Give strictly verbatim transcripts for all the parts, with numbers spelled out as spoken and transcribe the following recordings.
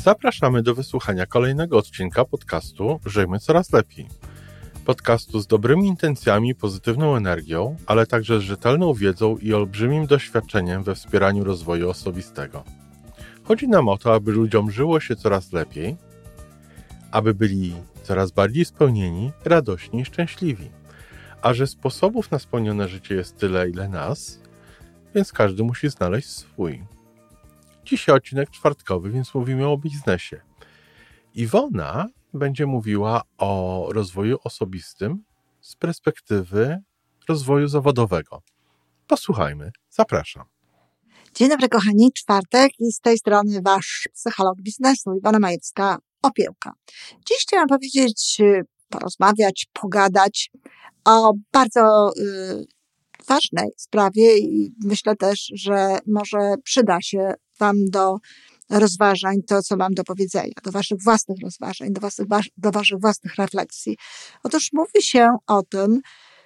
Zapraszamy do wysłuchania kolejnego odcinka podcastu Żyjmy Coraz Lepiej. Podcastu z dobrymi intencjami, pozytywną energią, ale także z rzetelną wiedzą i olbrzymim doświadczeniem we wspieraniu rozwoju osobistego. Chodzi nam o to, aby ludziom żyło się coraz lepiej, aby byli coraz bardziej spełnieni, radośni i szczęśliwi. A że sposobów na spełnione życie jest tyle, ile nas, więc każdy musi znaleźć swój. Dzisiaj odcinek czwartkowy, więc mówimy o biznesie. Iwona będzie mówiła o rozwoju osobistym z perspektywy rozwoju zawodowego. Posłuchajmy. Zapraszam. Dzień dobry kochani, czwartek i z tej strony wasz psycholog biznesu, Iwona Majewska-Opiełka. Dziś chciałam powiedzieć, porozmawiać, pogadać o bardzo y, ważnej sprawie i myślę też, że może przyda się wam do rozważań to, co mam do powiedzenia, do waszych własnych rozważań, do waszych, do waszych własnych refleksji. Otóż mówi się o tym,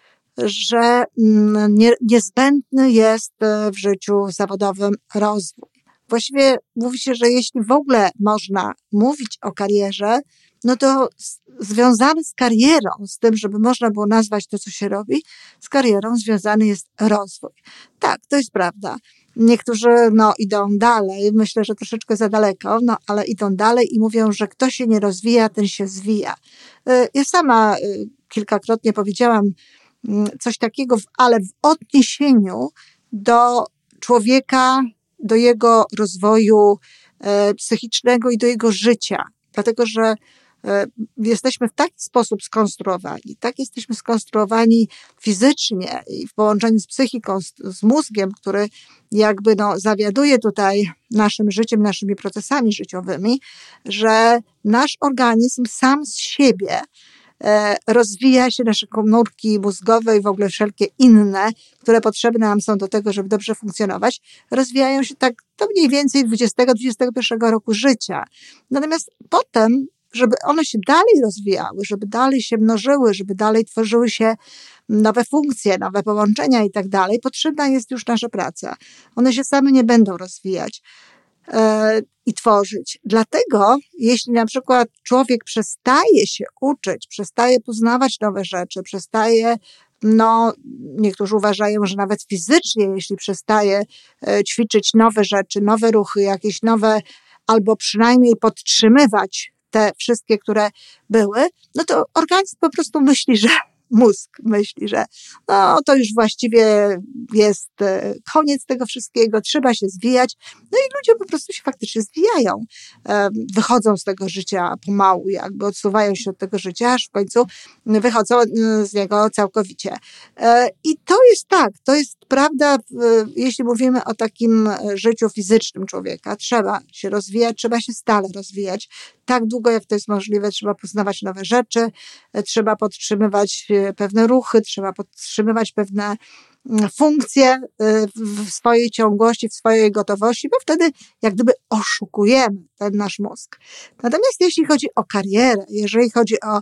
że nie, niezbędny jest w życiu zawodowym rozwój. Właściwie mówi się, że jeśli w ogóle można mówić o karierze, no to z, związany z karierą, z tym, żeby można było nazwać to, co się robi, z karierą związany jest rozwój. Tak, to jest prawda. Niektórzy no, idą dalej, myślę, że troszeczkę za daleko, no ale idą dalej i mówią, że kto się nie rozwija, ten się zwija. Ja sama kilkakrotnie powiedziałam coś takiego, ale w odniesieniu do człowieka, do jego rozwoju psychicznego i do jego życia. Dlatego, że jesteśmy w taki sposób skonstruowani, tak jesteśmy skonstruowani fizycznie i w połączeniu z psychiką, z, z mózgiem, który jakby no, zawiaduje tutaj naszym życiem, naszymi procesami życiowymi, że nasz organizm sam z siebie e, rozwija się, nasze komórki mózgowe i w ogóle wszelkie inne, które potrzebne nam są do tego, żeby dobrze funkcjonować, rozwijają się tak do mniej więcej dwudziestego do dwudziestego pierwszego roku życia. Natomiast potem żeby one się dalej rozwijały, żeby dalej się mnożyły, żeby dalej tworzyły się nowe funkcje, nowe połączenia i tak dalej, potrzebna jest już nasza praca. One się same nie będą rozwijać e, i tworzyć. Dlatego, jeśli na przykład człowiek przestaje się uczyć, przestaje poznawać nowe rzeczy, przestaje, no niektórzy uważają, że nawet fizycznie, jeśli przestaje e, ćwiczyć nowe rzeczy, nowe ruchy, jakieś nowe, albo przynajmniej podtrzymywać te wszystkie, które były, no to organizm po prostu myśli, że mózg myśli, że no to już właściwie jest koniec tego wszystkiego, trzeba się zwijać. No i ludzie po prostu się faktycznie zwijają. Wychodzą z tego życia pomału, jakby odsuwają się od tego życia, aż w końcu wychodzą z niego całkowicie. I to jest tak, to jest prawda, jeśli mówimy o takim życiu fizycznym człowieka. Trzeba się rozwijać, trzeba się stale rozwijać. Tak długo, jak to jest możliwe, trzeba poznawać nowe rzeczy, trzeba podtrzymywać pewne ruchy, trzeba podtrzymywać pewne funkcje w swojej ciągłości, w swojej gotowości, bo wtedy jak gdyby oszukujemy ten nasz mózg. Natomiast jeśli chodzi o karierę, jeżeli chodzi o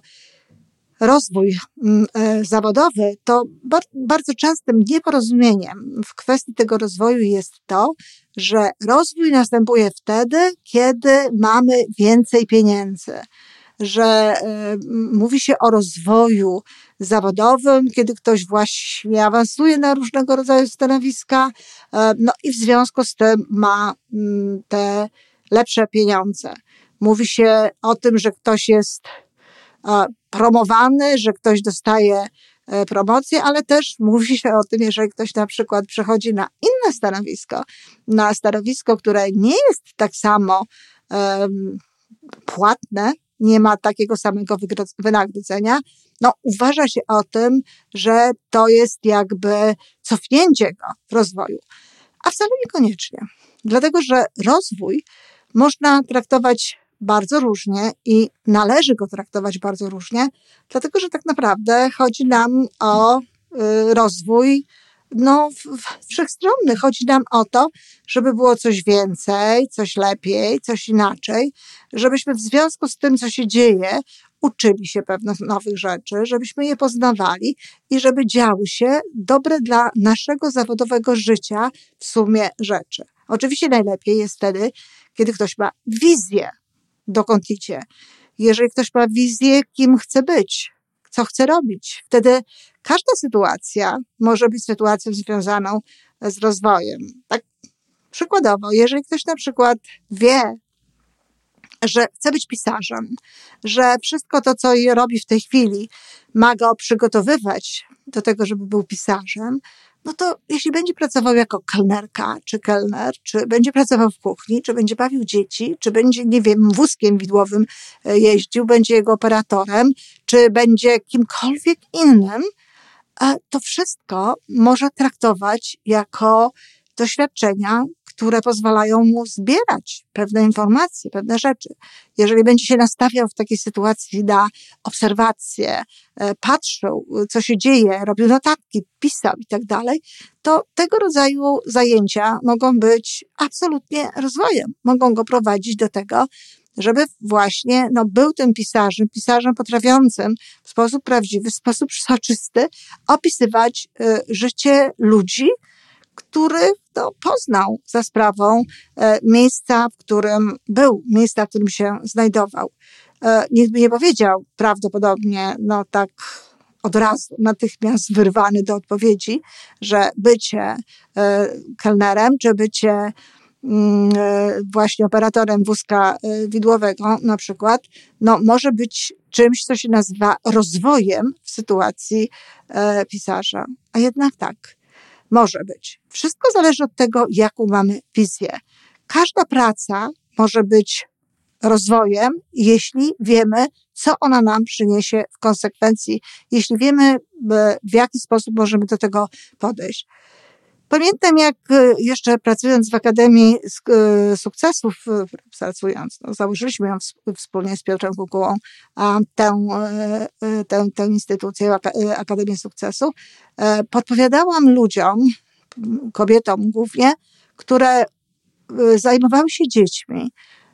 rozwój zawodowy, to bardzo częstym nieporozumieniem w kwestii tego rozwoju jest to, że rozwój następuje wtedy, kiedy mamy więcej pieniędzy, że y, mówi się o rozwoju zawodowym, kiedy ktoś właśnie awansuje na różnego rodzaju stanowiska, y, no i w związku z tym ma y, te lepsze pieniądze. Mówi się o tym, że ktoś jest y, promowany, że ktoś dostaje y, promocję, ale też mówi się o tym, jeżeli ktoś na przykład przechodzi na inne stanowisko, na stanowisko, które nie jest tak samo y, płatne, nie ma takiego samego wynagrodzenia, no uważa się o tym, że to jest jakby cofnięcie go w rozwoju. A wcale niekoniecznie. Dlatego, że rozwój można traktować bardzo różnie i należy go traktować bardzo różnie, dlatego, że tak naprawdę chodzi nam o y, rozwój no, wszechstronny. Chodzi nam o to, żeby było coś więcej, coś lepiej, coś inaczej, żebyśmy w związku z tym, co się dzieje, uczyli się pewnych nowych rzeczy, żebyśmy je poznawali i żeby działy się dobre dla naszego zawodowego życia w sumie rzeczy. Oczywiście najlepiej jest wtedy, kiedy ktoś ma wizję dokąd idzie. Jeżeli ktoś ma wizję, kim chce być, co chce robić, wtedy każda sytuacja może być sytuacją związaną z rozwojem. Tak przykładowo, jeżeli ktoś na przykład wie, że chce być pisarzem, że wszystko to, co robi w tej chwili, ma go przygotowywać do tego, żeby był pisarzem, no to jeśli będzie pracował jako kelnerka, czy kelner, czy będzie pracował w kuchni, czy będzie bawił dzieci, czy będzie, nie wiem, wózkiem widłowym jeździł, będzie jego operatorem, czy będzie kimkolwiek innym, to wszystko może traktować jako doświadczenia, które pozwalają mu zbierać pewne informacje, pewne rzeczy. Jeżeli będzie się nastawiał w takiej sytuacji na obserwacje, patrzył, co się dzieje, robił notatki, pisał i tak dalej, to tego rodzaju zajęcia mogą być absolutnie rozwojem. Mogą go prowadzić do tego, żeby właśnie no, był tym pisarzem, pisarzem potrafiącym w sposób prawdziwy, w sposób soczysty opisywać y, życie ludzi, których no, poznał za sprawą e, miejsca, w którym był, miejsca, w którym się znajdował. E, nikt by nie powiedział prawdopodobnie, no tak od razu, natychmiast wyrwany do odpowiedzi, że bycie e, kelnerem, czy bycie mm, e, właśnie operatorem wózka e, widłowego na przykład, no może być czymś, co się nazywa rozwojem w sytuacji e, pisarza. A jednak tak. Może być. Wszystko zależy od tego, jaką mamy wizję. Każda praca może być rozwojem, jeśli wiemy, co ona nam przyniesie w konsekwencji, jeśli wiemy, w jaki sposób możemy do tego podejść. Pamiętam, jak jeszcze pracując w Akademii Sukcesów, pracując, no, założyliśmy ją wspólnie z Piotrem Kukułą, tę, tę, tę instytucję, Akademię Sukcesu, podpowiadałam ludziom, kobietom głównie, które zajmowały się dziećmi,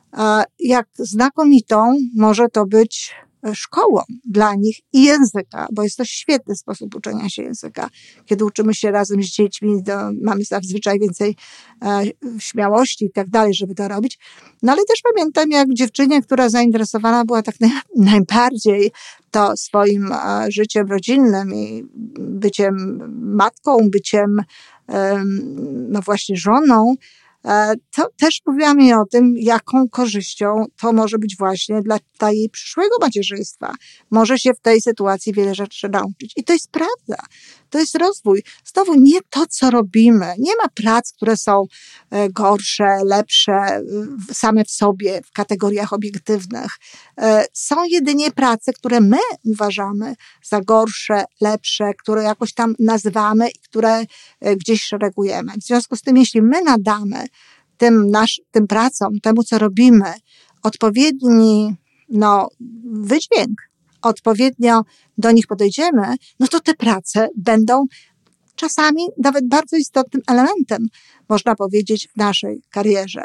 jak znakomitą może to być szkołą dla nich i języka, bo jest to świetny sposób uczenia się języka. Kiedy uczymy się razem z dziećmi, to mamy zazwyczaj więcej e, śmiałości i tak dalej, żeby to robić. No ale też pamiętam, jak dziewczynie, która zainteresowana była tak naj, najbardziej to swoim e, życiem rodzinnym i byciem matką, byciem e, no właśnie żoną, to też mówiła mi o tym, jaką korzyścią to może być właśnie dla, dla jej przyszłego macierzyństwa. Może się w tej sytuacji wiele rzeczy nauczyć. I to jest prawda. To jest rozwój. Znowu nie to, co robimy. Nie ma prac, które są gorsze, lepsze same w sobie, w kategoriach obiektywnych. Są jedynie prace, które my uważamy za gorsze, lepsze, które jakoś tam nazywamy i które gdzieś szeregujemy. W związku z tym, jeśli my nadamy tym, nasz, tym pracom, temu, co robimy, odpowiedni no, wydźwięk, odpowiednio do nich podejdziemy, no to te prace będą czasami nawet bardzo istotnym elementem, można powiedzieć, w naszej karierze.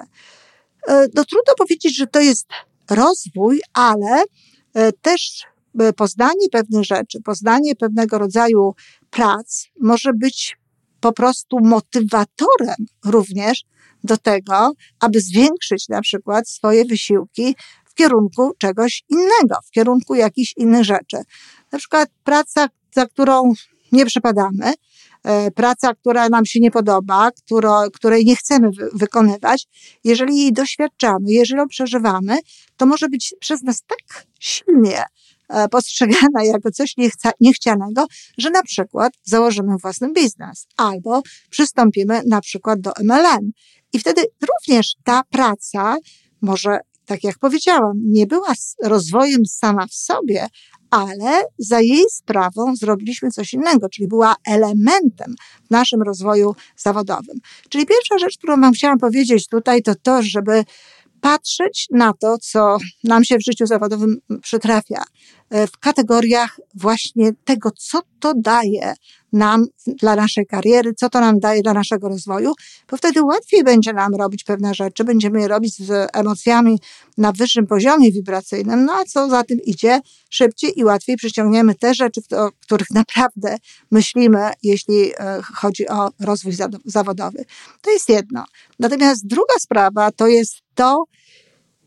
No trudno powiedzieć, że to jest rozwój, ale też poznanie pewnych rzeczy, poznanie pewnego rodzaju prac może być po prostu motywatorem również do tego, aby zwiększyć na przykład swoje wysiłki w kierunku czegoś innego, w kierunku jakichś innych rzeczy. Na przykład praca, za którą nie przepadamy, praca, która nam się nie podoba, którą, której nie chcemy wy- wykonywać, jeżeli jej doświadczamy, jeżeli ją przeżywamy, to może być przez nas tak silnie postrzegana jako coś niechca, niechcianego, że na przykład założymy własny biznes albo przystąpimy na przykład do M L M. I wtedy również ta praca może, tak jak powiedziałam, nie była rozwojem sama w sobie, ale za jej sprawą zrobiliśmy coś innego, czyli była elementem w naszym rozwoju zawodowym. Czyli pierwsza rzecz, którą wam chciałam powiedzieć tutaj, to to, żeby patrzeć na to, co nam się w życiu zawodowym przytrafia, w kategoriach właśnie tego, co to daje nam dla naszej kariery, co to nam daje dla naszego rozwoju, bo wtedy łatwiej będzie nam robić pewne rzeczy, będziemy je robić z emocjami na wyższym poziomie wibracyjnym, no a co za tym idzie, szybciej i łatwiej przyciągniemy te rzeczy, o których naprawdę myślimy, jeśli chodzi o rozwój zawodowy. To jest jedno. Natomiast druga sprawa to jest to,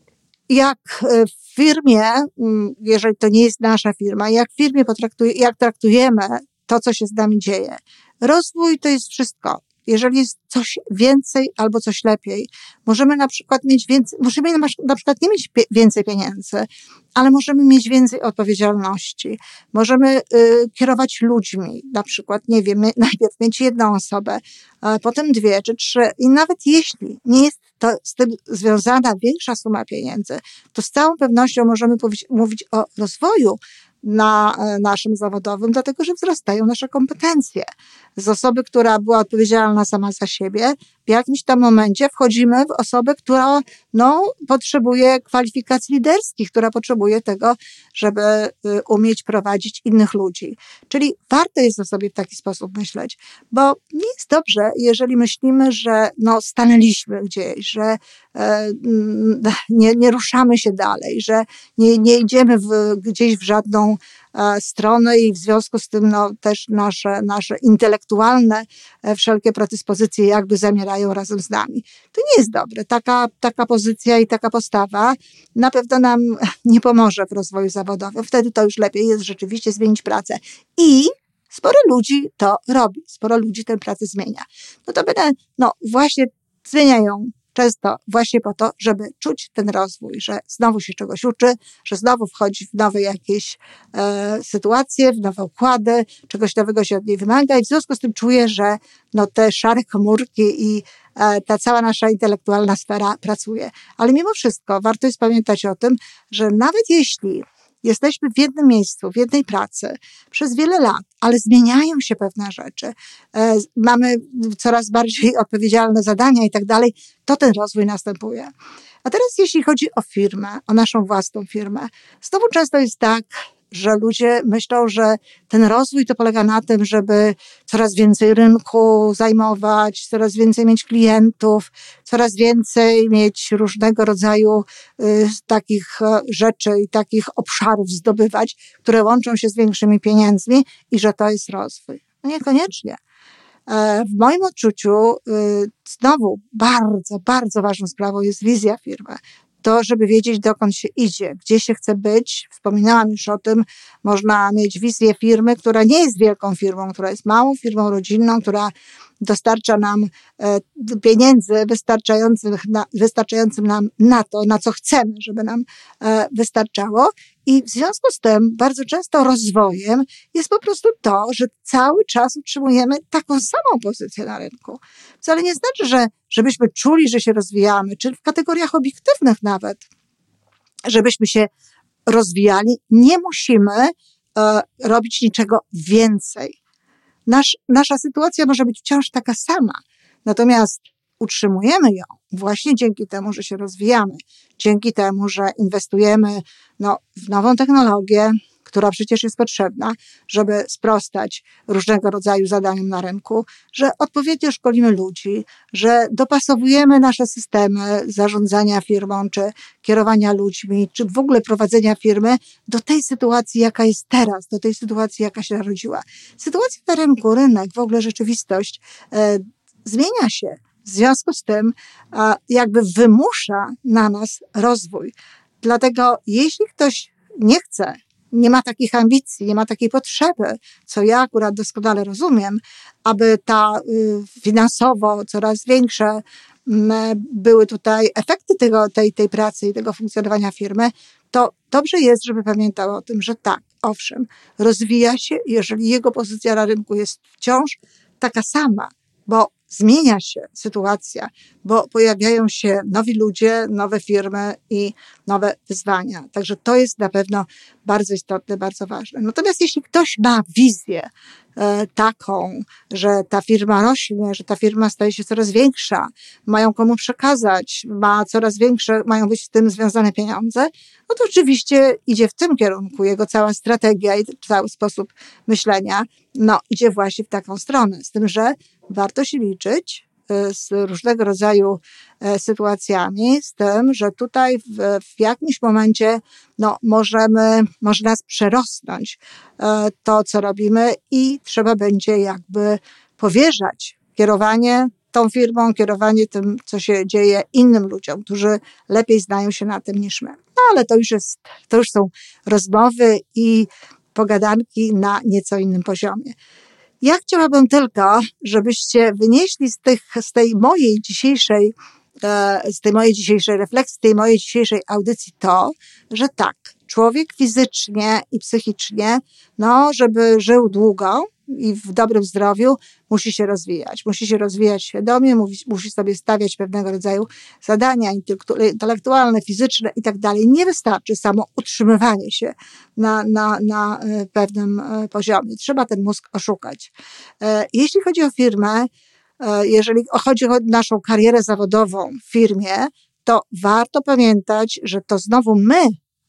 jak w firmie, jeżeli to nie jest nasza firma, jak w firmie potraktuje, jak traktujemy to, co się z nami dzieje. Rozwój to jest wszystko. Jeżeli jest coś więcej albo coś lepiej, możemy na przykład mieć więcej, możemy na przykład nie mieć więcej pieniędzy, ale możemy mieć więcej odpowiedzialności. Możemy y, kierować ludźmi, na przykład, nie wiem, najpierw mieć jedną osobę, a potem dwie czy trzy i nawet jeśli nie jest to z tym związana większa suma pieniędzy, to z całą pewnością możemy mówić, mówić o rozwoju na naszym zawodowym, dlatego że wzrastają nasze kompetencje. Z osoby, która była odpowiedzialna sama za siebie, w jakimś tam momencie wchodzimy w osobę, która no, potrzebuje kwalifikacji liderskich, która potrzebuje tego, żeby umieć prowadzić innych ludzi. Czyli warto jest o sobie w taki sposób myśleć, bo nie jest dobrze, jeżeli myślimy, że no, stanęliśmy gdzieś, że e, nie, nie ruszamy się dalej, że nie, nie idziemy w, gdzieś w żadną strony i w związku z tym no, też nasze, nasze intelektualne wszelkie predyspozycje jakby zamierają razem z nami. To nie jest dobre. Taka, taka pozycja i taka postawa na pewno nam nie pomoże w rozwoju zawodowym. Wtedy to już lepiej jest rzeczywiście zmienić pracę. I sporo ludzi to robi. Sporo ludzi tę pracę zmienia. No to będę, no właśnie zmieniają często właśnie po to, żeby czuć ten rozwój, że znowu się czegoś uczy, że znowu wchodzi w nowe jakieś e, sytuacje, w nowe układy, czegoś nowego się od niej wymaga i w związku z tym czuje, że no, te szare komórki i e, ta cała nasza intelektualna sfera pracuje. Ale mimo wszystko warto jest pamiętać o tym, że nawet jeśli jesteśmy w jednym miejscu, w jednej pracy przez wiele lat, ale zmieniają się pewne rzeczy, e, mamy coraz bardziej odpowiedzialne zadania i tak dalej, to ten rozwój następuje. A teraz jeśli chodzi o firmę, o naszą własną firmę, znowu często jest tak, że ludzie myślą, że ten rozwój to polega na tym, żeby coraz więcej rynku zajmować, coraz więcej mieć klientów, coraz więcej mieć różnego rodzaju y, takich rzeczy i takich obszarów zdobywać, które łączą się z większymi pieniędzmi i że to jest rozwój. No niekoniecznie. W moim odczuciu znowu bardzo, bardzo ważną sprawą jest wizja firmy. To, żeby wiedzieć, dokąd się idzie, gdzie się chce być. Wspominałam już o tym, można mieć wizję firmy, która nie jest wielką firmą, która jest małą firmą rodzinną, która dostarcza nam pieniędzy wystarczających na, wystarczającym nam na to, na co chcemy, żeby nam wystarczało. I w związku z tym bardzo często rozwojem jest po prostu to, że cały czas utrzymujemy taką samą pozycję na rynku. Wcale nie znaczy, że żebyśmy czuli, że się rozwijamy, czy w kategoriach obiektywnych nawet, żebyśmy się rozwijali, nie musimy e, robić niczego więcej. Nasz, nasza sytuacja może być wciąż taka sama, natomiast utrzymujemy ją właśnie dzięki temu, że się rozwijamy, dzięki temu, że inwestujemy no, w nową technologię, która przecież jest potrzebna, żeby sprostać różnego rodzaju zadaniom na rynku, że odpowiednio szkolimy ludzi, że dopasowujemy nasze systemy zarządzania firmą, czy kierowania ludźmi, czy w ogóle prowadzenia firmy do tej sytuacji, jaka jest teraz, do tej sytuacji, jaka się narodziła. Sytuacja na rynku, rynek, w ogóle rzeczywistość e, zmienia się. W związku z tym e, jakby wymusza na nas rozwój. Dlatego jeśli ktoś nie chce, nie ma takich ambicji, nie ma takiej potrzeby, co ja akurat doskonale rozumiem, aby ta y, finansowo coraz większe y, były tutaj efekty tego, tej, tej pracy i tego funkcjonowania firmy, to dobrze jest, żeby pamiętał o tym, że tak, owszem, rozwija się, jeżeli jego pozycja na rynku jest wciąż taka sama, bo zmienia się sytuacja, bo pojawiają się nowi ludzie, nowe firmy i nowe wyzwania. Także to jest na pewno bardzo istotne, bardzo ważne. Natomiast jeśli ktoś ma wizję e, taką, że ta firma rośnie, że ta firma staje się coraz większa, mają komu przekazać, ma coraz większe, mają być z tym związane pieniądze, no to oczywiście idzie w tym kierunku. Jego cała strategia i cały sposób myślenia, no idzie właśnie w taką stronę. Z tym, że warto się liczyć z różnego rodzaju sytuacjami, z tym, że tutaj w, w jakimś momencie no, możemy, może nas przerosnąć to, co robimy i trzeba będzie jakby powierzać kierowanie tą firmą, kierowanie tym, co się dzieje innym ludziom, którzy lepiej znają się na tym niż my. No ale to już jest, to już są rozmowy i pogadanki na nieco innym poziomie. Ja chciałabym tylko, żebyście wynieśli z, tych, z tej mojej dzisiejszej, z tej mojej dzisiejszej refleksji, z tej mojej dzisiejszej audycji to, że tak, człowiek fizycznie i psychicznie, no, żeby żył długo i w dobrym zdrowiu, musi się rozwijać. Musi się rozwijać świadomie, musi, musi sobie stawiać pewnego rodzaju zadania intelektualne, fizyczne i tak dalej. Nie wystarczy samo utrzymywanie się na, na, na pewnym poziomie. Trzeba ten mózg oszukać. Jeśli chodzi o firmę, jeżeli chodzi o naszą karierę zawodową w firmie, to warto pamiętać, że to znowu my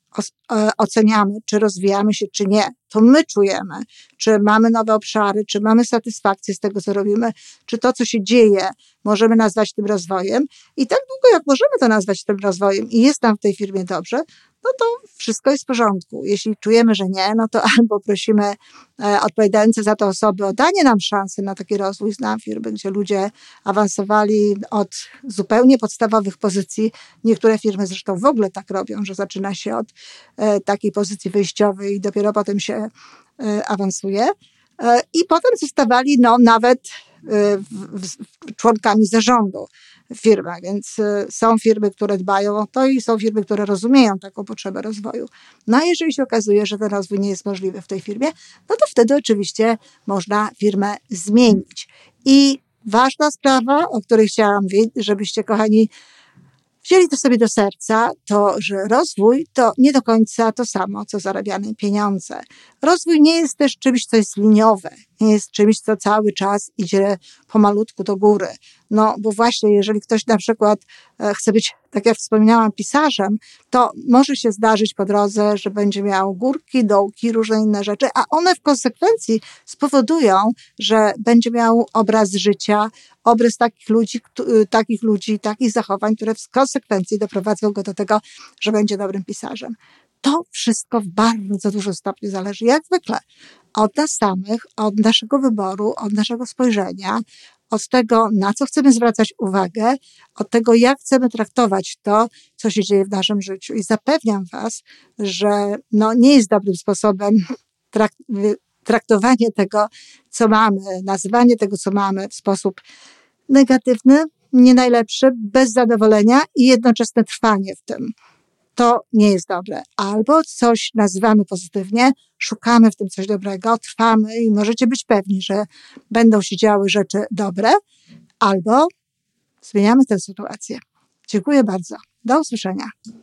oceniamy, czy rozwijamy się, czy nie. To my czujemy, czy mamy nowe obszary, czy mamy satysfakcję z tego, co robimy, czy to, co się dzieje, możemy nazwać tym rozwojem. I tak długo, jak możemy to nazwać tym rozwojem i jest nam w tej firmie dobrze, no to wszystko jest w porządku. Jeśli czujemy, że nie, no to albo prosimy e, odpowiadające za to osoby o danie nam szansy na taki rozwój. Znam firmy, gdzie ludzie awansowali od zupełnie podstawowych pozycji. Niektóre firmy zresztą w ogóle tak robią, że zaczyna się od e, takiej pozycji wyjściowej i dopiero potem się e, awansuje. E, I potem zostawali no, nawet e, w, w, członkami zarządu firmy, więc są firmy, które dbają o to i są firmy, które rozumieją taką potrzebę rozwoju. No a jeżeli się okazuje, że ten rozwój nie jest możliwy w tej firmie, no to wtedy oczywiście można firmę zmienić. I ważna sprawa, o której chciałam, żebyście, kochani, wzięli to sobie do serca, to, że rozwój to nie do końca to samo, co zarabiane pieniądze. Rozwój nie jest też czymś, co jest liniowe, nie jest czymś, co cały czas idzie pomalutku do góry. No, bo właśnie, jeżeli ktoś na przykład chce być, tak jak wspomniałam, pisarzem, to może się zdarzyć po drodze, że będzie miał górki, dołki, różne inne rzeczy, a one w konsekwencji spowodują, że będzie miał obraz życia, obraz takich ludzi, takich ludzi, takich zachowań, które w konsekwencji doprowadzą go do tego, że będzie dobrym pisarzem. To wszystko w bardzo dużym stopniu zależy, jak zwykle, od nas samych, od naszego wyboru, od naszego spojrzenia, od tego, na co chcemy zwracać uwagę, od tego, jak chcemy traktować to, co się dzieje w naszym życiu. I zapewniam was, że no, nie jest dobrym sposobem trakt- traktowanie tego, co mamy, nazywanie tego, co mamy w sposób negatywny, nie najlepszy, bez zadowolenia i jednoczesne trwanie w tym. To nie jest dobre. Albo coś nazywamy pozytywnie, szukamy w tym coś dobrego, trwamy i możecie być pewni, że będą się działy rzeczy dobre, albo zmieniamy tę sytuację. Dziękuję bardzo. Do usłyszenia.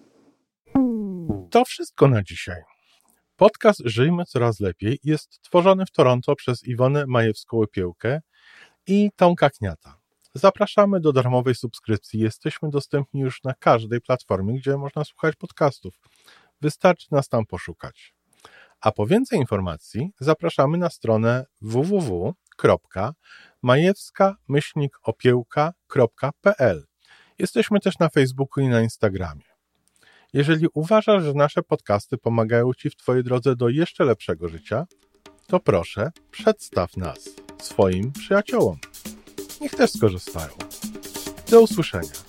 To wszystko na dzisiaj. Podcast Żyjmy Coraz Lepiej jest tworzony w Toronto przez Iwonę Majewską-Opiełkę i Tomka Kniata. Zapraszamy do darmowej subskrypcji. Jesteśmy dostępni już na każdej platformie, gdzie można słuchać podcastów. Wystarczy nas tam poszukać. A po więcej informacji zapraszamy na stronę w w w kropka majewska myślnik opiełka kropka p l. Jesteśmy też na Facebooku i na Instagramie. Jeżeli uważasz, że nasze podcasty pomagają Ci w Twojej drodze do jeszcze lepszego życia, to proszę, przedstaw nas swoim przyjaciołom. Niech też skorzystają. Do usłyszenia.